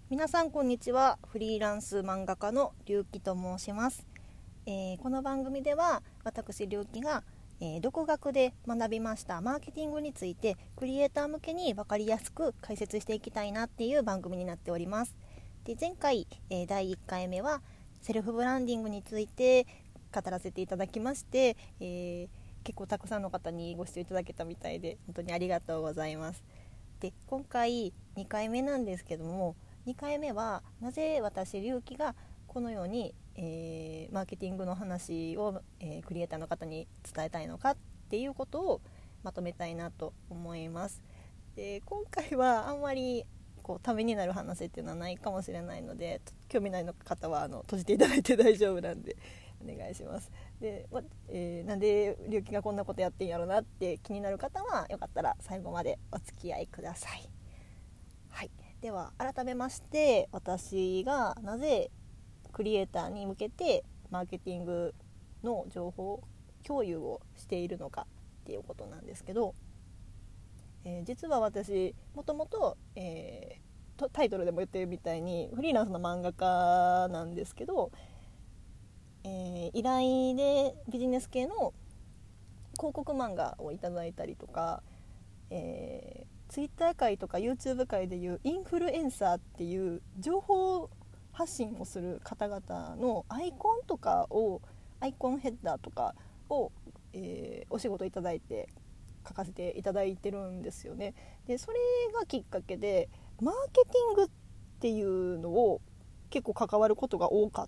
皆さんこんにちは。フリーランス漫画家のりゅうきと申します。この番組では私りゅうきが、独学で学びましたマーケティングについてクリエイター向けに分かりやすく解説していきたいなっていう番組になっております。で、前回、第1回目はセルフブランディングについて語らせていただきまして、結構たくさんの方にご視聴いただけたみたいで本当にありがとうございます。で、今回2回目なんですけども、2回目はなぜ私りゅうきがこのように、マーケティングの話を、クリエイターの方に伝えたいのかっていうことをまとめたいなと思います。で、今回はあんまりためになる話っていうのはないかもしれないので、興味ないの方は閉じていただいて大丈夫なんでお願いします。で、なんでりゅうきがこんなことやってんやろなって気になる方はよかったら最後までお付き合いください。はい、では改めまして、私がなぜクリエイターに向けてマーケティングの情報共有をしているのかっていうことなんですけど、実は私もともとタイトルでも言ってるみたいにフリーランスの漫画家なんですけど、依頼でビジネス系の広告漫画をいただいたりとか、ツイッター界とか YouTube 界でいうインフルエンサーっていう情報発信をする方々のアイコンとかを、アイコンヘッダーとかを、お仕事いただいて書かせていただいてるんですよね。で、それがきっかけでマーケティングっていうのを結構関わることが多かって、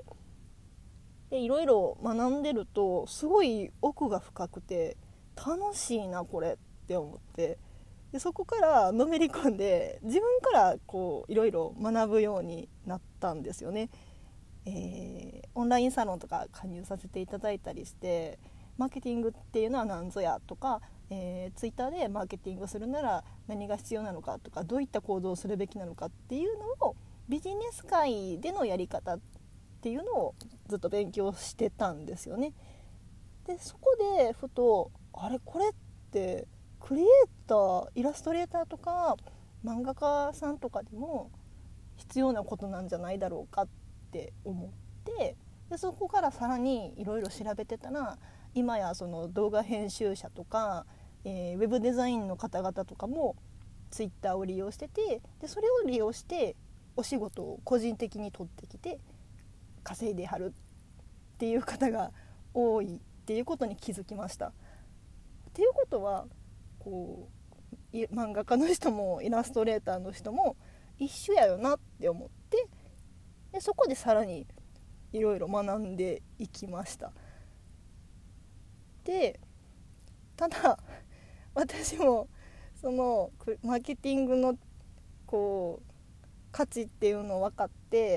でいろいろ学んでるとすごい奥が深くて楽しいなこれって思って、でそこからのめり込んで自分からいろいろ学ぶようになったんですよね。オンラインサロンとか加入させていただいたりして、マーケティングっていうのは何ぞやとか、ツイッターでマーケティングするなら何が必要なのかとか、どういった行動をするべきなのかっていうのをビジネス界でのやり方っていうのをずっと勉強してたんですよね。でそこでふとこれってクリエイター、イラストレーターとか漫画家さんとかでも必要なことなんじゃないだろうかって思って、でそこからさらにいろいろ調べてたら、今やその動画編集者とか、ウェブデザインの方々とかもツイッターを利用してて、でそれを利用してお仕事を個人的に取ってきて稼いではるっていう方が多いっていうことに気づきました。っていうことは漫画家の人もイラストレーターの人も一緒やよなって思って、でそこでさらにいろいろ学んでいきました。でただ私もそのマーケティングの価値っていうのを分かって、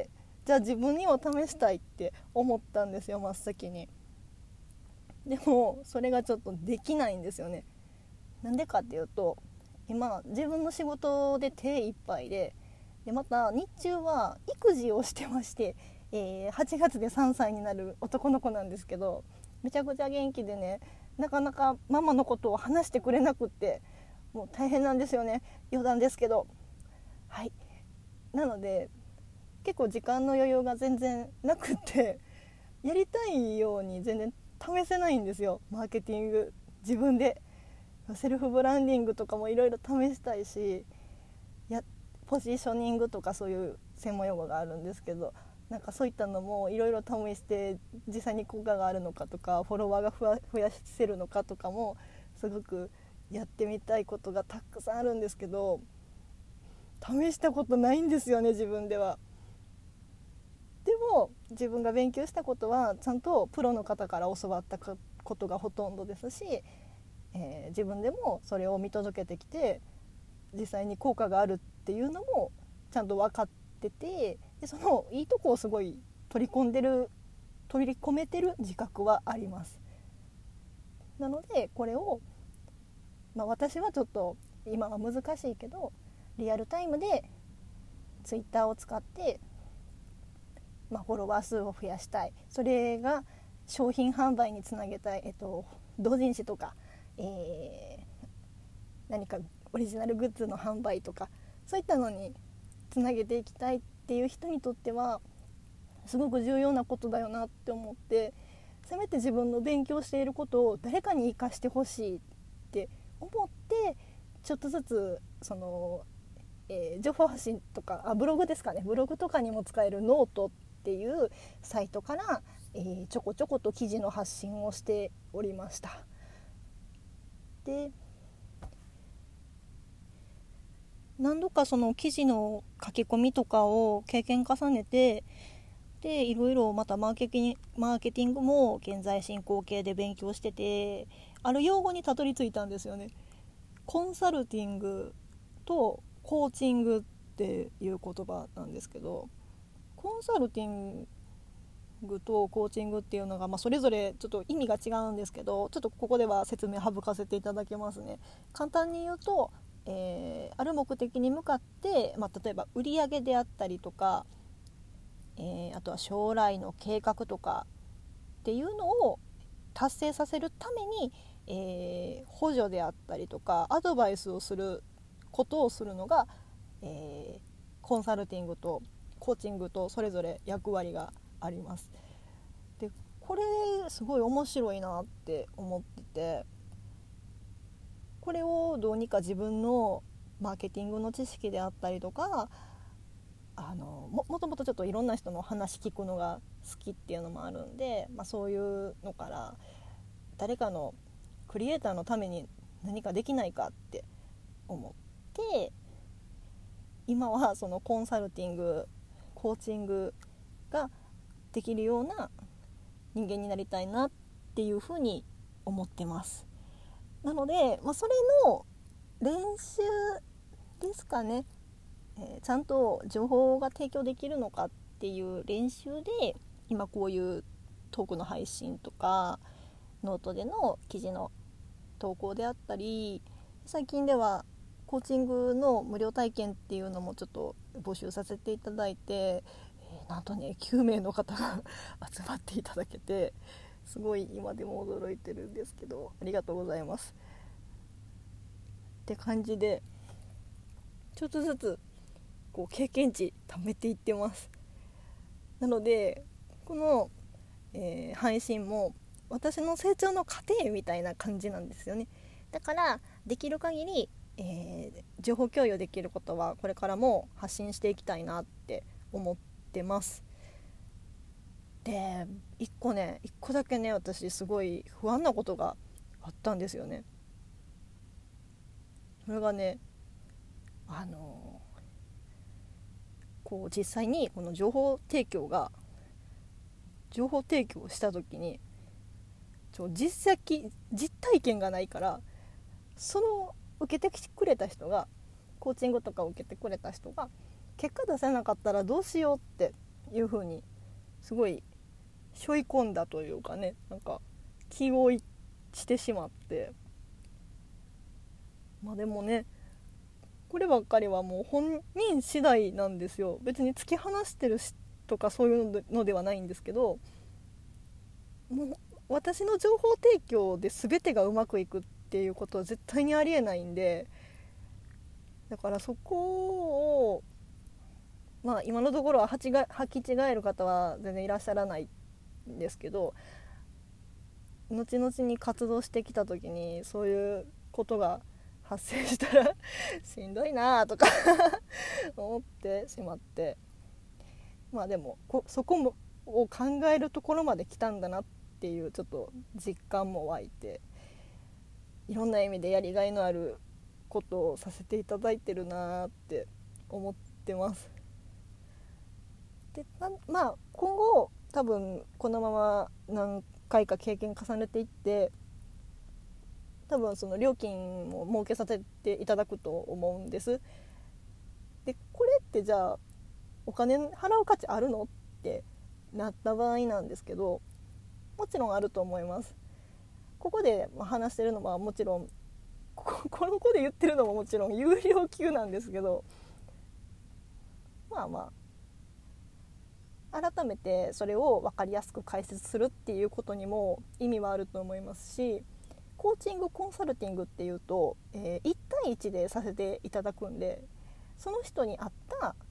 じゃあ自分にも試したいって思ったんですよ、真っ先に。でもそれがちょっとできないんですよね。なんでかっていうと、今自分の仕事で手一杯で、また日中は育児をしてまして、8月で3歳になる男の子なんですけど、めちゃくちゃ元気でね、なかなかママのことを話してくれなくって、もう大変なんですよね。余談ですけど、はい。なので結構時間の余裕が全然なくって、やりたいように全然試せないんですよ、マーケティング。自分でセルフブランディングとかもいろいろ試したいし、ポジショニングとかそういう専門用語があるんですけど、なんかそういったのもいろいろ試して、実際に効果があるのかとか、フォロワーが増やせるのかとかもすごくやってみたいことがたくさんあるんですけど、試したことないんですよね、自分では。でも自分が勉強したことはちゃんとプロの方から教わったことがほとんどですし、自分でもそれを見届けてきて、実際に効果があるっていうのもちゃんと分かってて、でそのいいとこをすごい取り込めてる自覚はあります。なのでこれを、私はちょっと今は難しいけどリアルタイムでツイッターを使って、フォロワー数を増やしたい、それが商品販売につなげたい、同人誌とか、何かオリジナルグッズの販売とか、そういったのにつなげていきたいっていう人にとってはすごく重要なことだよなって思って、せめて自分の勉強していることを誰かに生かしてほしいって思って、ちょっとずつその、情報発信とかブログですかね、ブログとかにも使えるノートっていうサイトから、ちょこちょこと記事の発信をしておりました。で、何度かその記事の書き込みとかを経験重ねて、でいろいろまたマーケティングも現在進行形で勉強してて、ある用語にたどり着いたんですよね。コンサルティングとコーチングっていう言葉なんですけど、コンサルティングとコーチングっていうのが、それぞれちょっと意味が違うんですけど、ちょっとここでは説明省かせていただきますね。簡単に言うと、ある目的に向かって、例えば売上であったりとか、あとは将来の計画とかっていうのを達成させるために、補助であったりとかアドバイスをすることをするのが、コンサルティングとコーチングとそれぞれ役割があります。でこれすごい面白いなって思ってて、これをどうにか自分のマーケティングの知識であったりとか、もともとちょっといろんな人の話聞くのが好きっていうのもあるんで、そういうのから誰かのクリエイターのために何かできないかって思って、今はそのコンサルティングコーチングができるような人間になりたいなっていうふうに思ってます。なので、それの練習ですかね。ちゃんと情報が提供できるのかっていう練習で、今こういうトークの配信とかノートでの記事の投稿であったり、最近ではコーチングの無料体験っていうのもちょっと募集させていただいて、なんとね9名の方が集まっていただけて、すごい今でも驚いてるんですけど、ありがとうございますって感じで、ちょっとずつこう経験値貯めていってます。なのでこの、配信も私の成長の過程みたいな感じなんですよね。だからできる限り、情報共有できることはこれからも発信していきたいなって思ってます。で一個だけね、私すごい不安なことがあったんですよね。それがね、こう実際にこの情報提供した時に実体験がないから、その受けてくれた人が、コーチングとかを受けてくれた人が結果出せなかったらどうしようっていう風にすごい背負い込んだというかね、なんか気負いしてしまって、でもね、こればっかりはもう本人次第なんですよ。別に突き放してるとかそういうのではないんですけど、もう私の情報提供で全てがうまくいくっていうことは絶対にありえないんで、だからそこを今のところは履き違える方は全然いらっしゃらないんですけど、後々に活動してきた時にそういうことが発生したらしんどいなとか思ってしまって、でもそこもを考えるところまで来たんだなっていうちょっと実感も湧いて、いろんな意味でやりがいのあることをさせていただいてるなって思ってます。で今後多分このまま何回か経験重ねていって、多分その料金も設けさせていただくと思うんです。でこれってじゃあお金払う価値あるのってなった場合なんですけど、もちろんあると思います。ここで話してるのはもちろん、この子で言ってるのももちろん有料級なんですけど、改めてそれを分かりやすく解説するっていうことにも意味はあると思いますし、コーチングコンサルティングっていうと、1対1でさせていただくんで、その人に合った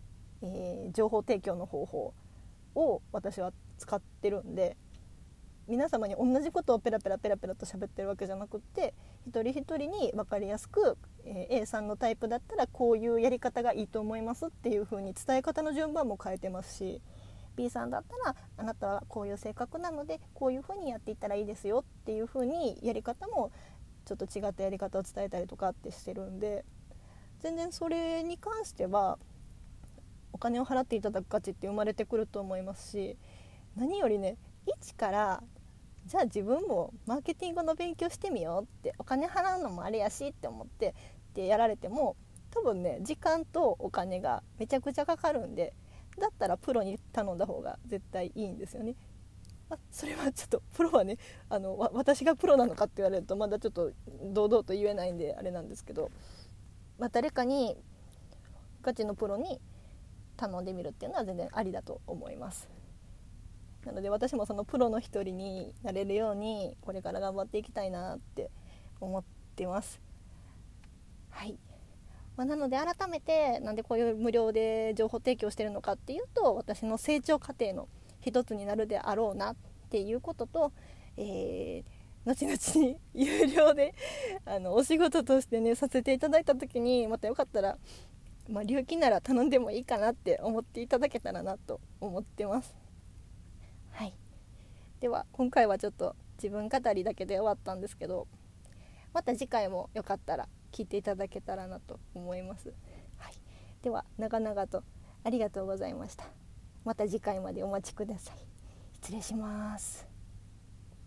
情報提供の方法を私は使ってるんで、皆様に同じことをペラペラと喋ってるわけじゃなくって、一人一人に分かりやすく、A さんのタイプだったらこういうやり方がいいと思いますっていう風に伝え方の順番も変えてますし、 B さんだったらあなたはこういう性格なのでこういう風にやっていったらいいですよっていう風にやり方もちょっと違ったやり方を伝えたりとかってしてるんで、全然それに関してはお金を払っていただく価値って生まれてくると思いますし、何よりね、一からじゃあ自分もマーケティングの勉強してみようって、お金払うのもあれやしって思ってってやられても、多分ね時間とお金がめちゃくちゃかかるんで、だったらプロに頼んだ方が絶対いいんですよね。それはちょっとプロはね、私がプロなのかって言われるとまだちょっと堂々と言えないんであれなんですけど、誰かにガチのプロに頼んでみるっていうのは全然ありだと思います。なので私もそのプロの一人になれるようにこれから頑張っていきたいなって思ってます。はい。なので改めてなんでこういう無料で情報提供してるのかっていうと、私の成長過程の一つになるであろうなっていうことと、後々に有料でお仕事としてねさせていただいた時に、またよかったら隆起なら頼んでもいいかなって思っていただけたらなと思ってます。はい。では今回はちょっと自分語りだけで終わったんですけど、また次回もよかったら聞いていただけたらなと思います。はい。では長々とありがとうございました。また次回までお待ちください。失礼します。